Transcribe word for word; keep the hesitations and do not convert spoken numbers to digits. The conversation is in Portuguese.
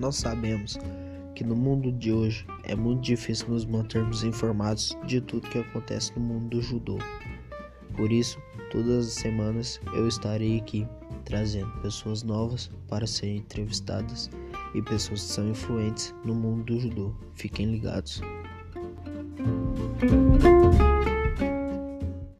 nós sabemos que no mundo de hoje é muito difícil nos mantermos informados de tudo que acontece no mundo do judô. Por isso, todas as semanas eu estarei aqui trazendo pessoas novas para serem entrevistadas e pessoas que são influentes no mundo do judô. Fiquem ligados.